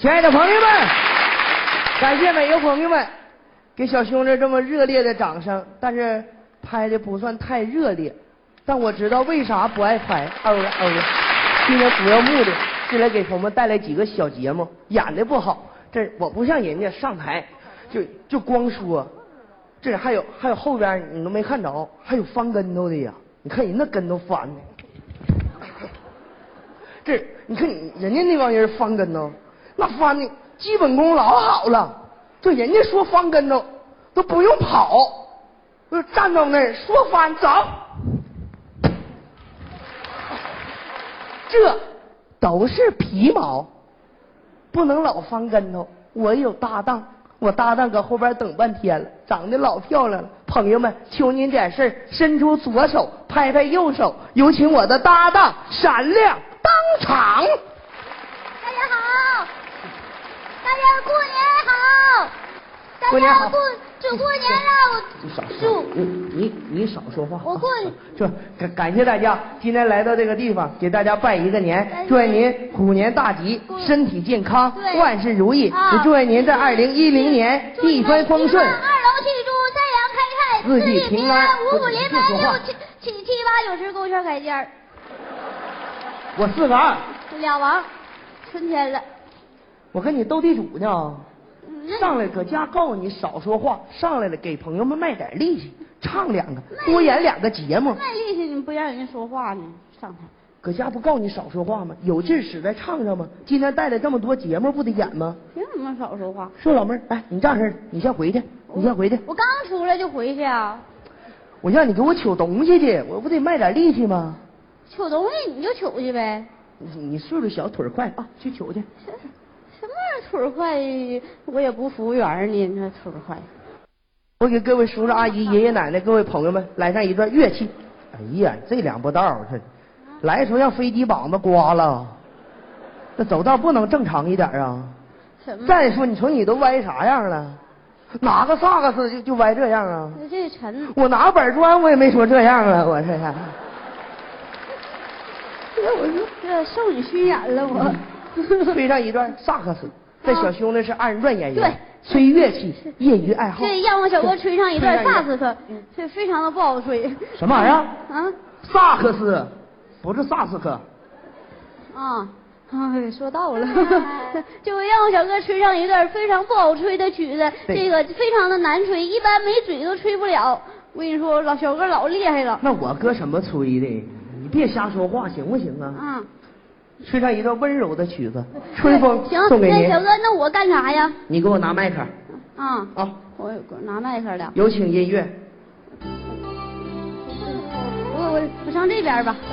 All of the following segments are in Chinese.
亲爱的朋友们，感谢每个朋友们给小兄弟这么热烈的掌声，但是拍的不算太热烈，但我知道为啥不爱拍。今天主要目的是来给朋友们带来几个小节目，演的不好，这我不像人家上台就光说，这还有后边你都没看着，还有翻跟头的呀，你看人那跟头翻的，这你看人家那帮人翻跟头。那翻的基本功老好了，就人家说翻跟头都不用跑，就站到那儿说翻走，这都是皮毛，不能老翻跟头。我有搭档，我搭档搁后边等半天了，长得老漂亮了。朋友们，求您点事儿，伸出左手，拍拍右手，有请我的搭档闪亮当场。 大家好。大家过年好！ 过年好！ 祝过年了！ 你少说话。 我过就感谢大家今天来到这个地方，给大家拜一个年，祝愿您虎年大吉，身体健康，万事如意。也祝愿您在2010年一帆风顺， 二龙戏珠，三阳开泰， 四季平安， 五虎临门，六七八九十勾圈改尖。 我4个2， 俩王，春天了。 我跟你斗地主呢，上来搁家告诉你少说话，上来了给朋友们卖点力气，唱2个，多演2个节目。 卖力气你不让人家说话呢？上台。 搁家不告诉你少说话吗？有劲使在唱上吗？今天带来这么多节目，不得演吗？ 凭什么少说话？ 说老妹儿，来，你这样式，你先回去，你先回去。 我刚出来就回去啊。 我让你给我取东西去，我不得卖点力气吗？ 取东西你就取去呗。 你岁数小，腿快啊，去取去。 什么腿快？我也不服务员呢，你这腿快。 我给各位叔叔阿姨、爷爷奶奶、各位朋友们来上一段乐器。哎呀，这2步道这来的时候让飞机膀子刮了，这走道不能正常一点啊！再说你瞅你都歪啥样了？拿个萨克斯就歪这样啊？ 这沉。 我拿板砖我也没说这样啊，我这下。 这受你熏染了我。 吹上一段萨克斯，这小兄弟是2人转演员，吹乐器，业余爱好。 这让我小哥吹上一段萨克斯，这非常的不好吹。 什么玩意儿？ 啊？ 萨克斯，不是萨斯克。 啊，说到了，就让我小哥吹上一段非常不好吹的曲子，这个非常的难吹，一般没嘴都吹不了。我跟你说，小哥老厉害了。 那我搁什么吹的？你别瞎说话，行不行啊？吹上一段温柔的曲子，春风送给您。 那小哥，那我干啥呀？ 你给我拿麦克。 我拿麦克了。 有请音乐。 我上这边吧。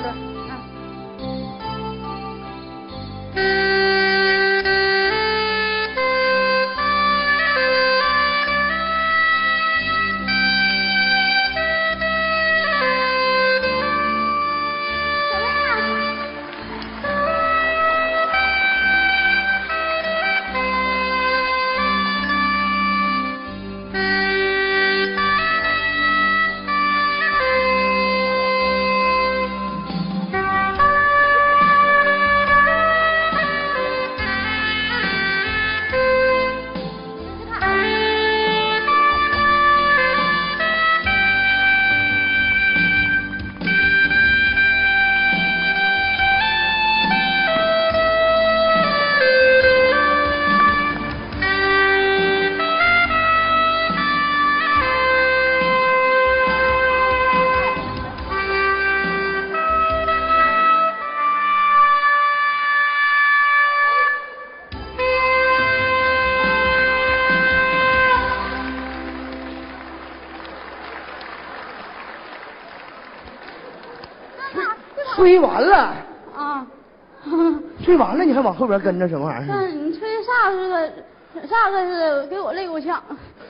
吹完了啊， 吹完了你还往后边跟着什么玩意儿？ 那你吹萨克斯给我累够呛。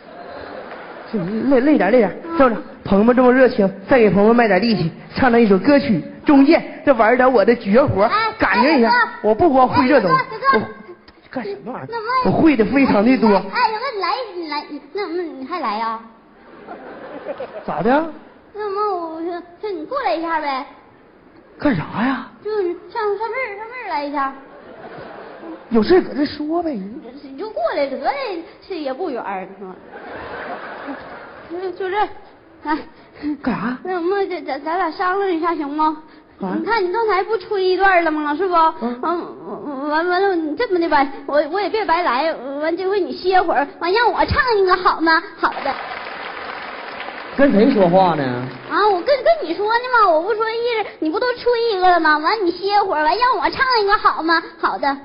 累点，这么着，朋友们这么热情，再给朋友们卖点力气，唱上一首歌曲《中剑》，再玩点我的绝活，感觉一下。我不光会这东西，我干什么玩意儿？我会的非常的多。 哎，你来，那你还来呀？ 咋的？ 那么我说你过来一下呗。 干啥呀？ 就是上妹儿来一下。 有事搁这说呗。 你就过来得了，这也不远是吧？就这，来。 干啥？ 那咱俩商量一下行吗？你看你刚才不吹一段了吗？是不？完了，你这么的吧，我也别白来，完这回你歇会儿，完让我唱一个好吗？好的。 跟谁说话呢？ 啊，我跟你说呢嘛，我不说意思，你不都吹一个了吗？完你歇会儿，完让我唱一个好吗？好的。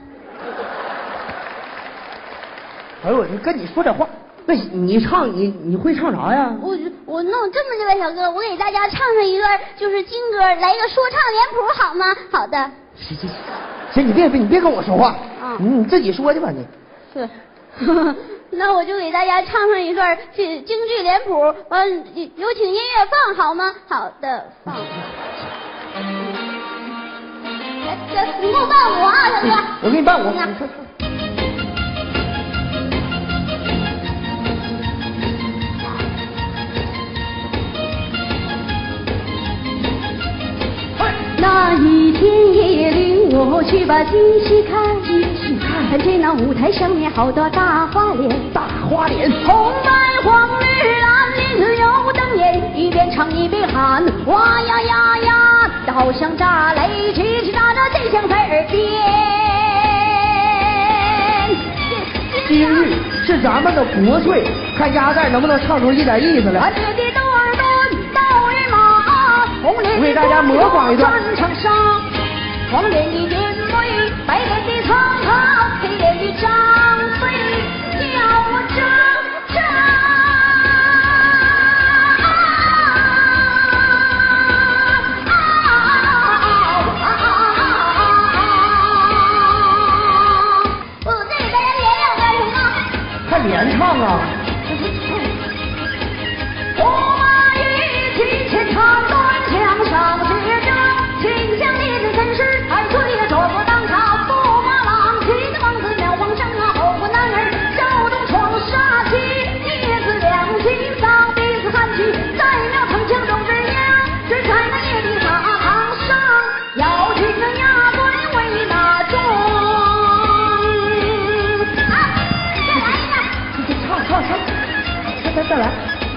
哎呦，你跟你说这话。那你唱你会唱啥呀？ 我弄这么的吧，小哥，我给大家唱上一段就是京歌，来一个说唱脸谱好吗？好的。行，你别跟我说话，你自己说去吧你。是。那我就给大家唱上一段京剧脸谱，完有请音乐放好吗？好的，放。你给我伴舞啊，小哥。 我给你伴舞。 那一天夜里，我去把京戏看，看见那舞台上面好多大花脸，红白黄绿蓝，里头有灯焰，一边唱一边喊，哇呀呀呀，好像炸雷，叽叽喳喳真响在耳边。 京剧是咱们的国粹，看鸭蛋能不能唱出一点意思来。我给大家模仿一段。 黄脸的云尾，白脸的苍苍，黑脸的张飞，叫我张张。我再给大家连两段行吗？ 还连唱啊？ 我马一起前唱端墙上写着，秦香烈日真是太岁呀，左不当朝驸马郎，骑着王子庙皇上啊，后不男儿手中闯杀气，叶子两心上鼻子喊起，在庙堂墙中之阳，只在那夜的大堂上，要请那衙门为那钟。 再来。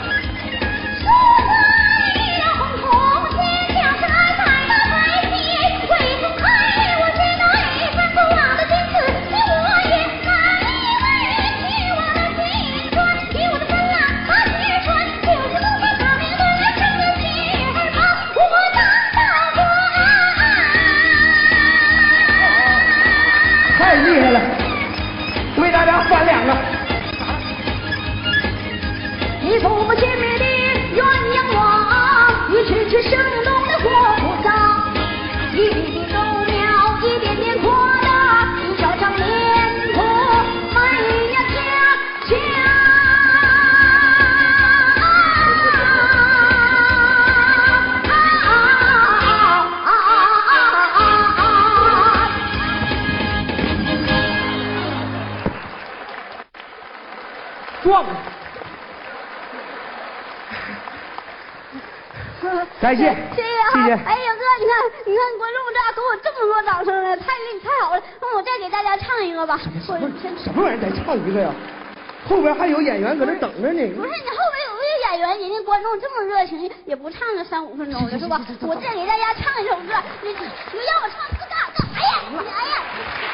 太厉害了，为大家翻两个。 一幅不见面的鸳鸯网，一曲曲生动的活菩萨，一笔笔勾描，一点点扩大，一张张脸谱，哎呀家家。 壮。感谢， 谢谢哈。哎呀哥，你看观众这给我这么多掌声了，太好了。那我再给大家唱一个吧。 什么玩意儿？再唱一个呀？后边还有演员搁那等着呢。 不是你后边有个演员，人家观众这么热情，也不唱个3-5分钟的是吧？我再给大家唱一首歌，你让我唱这个大，哎呀，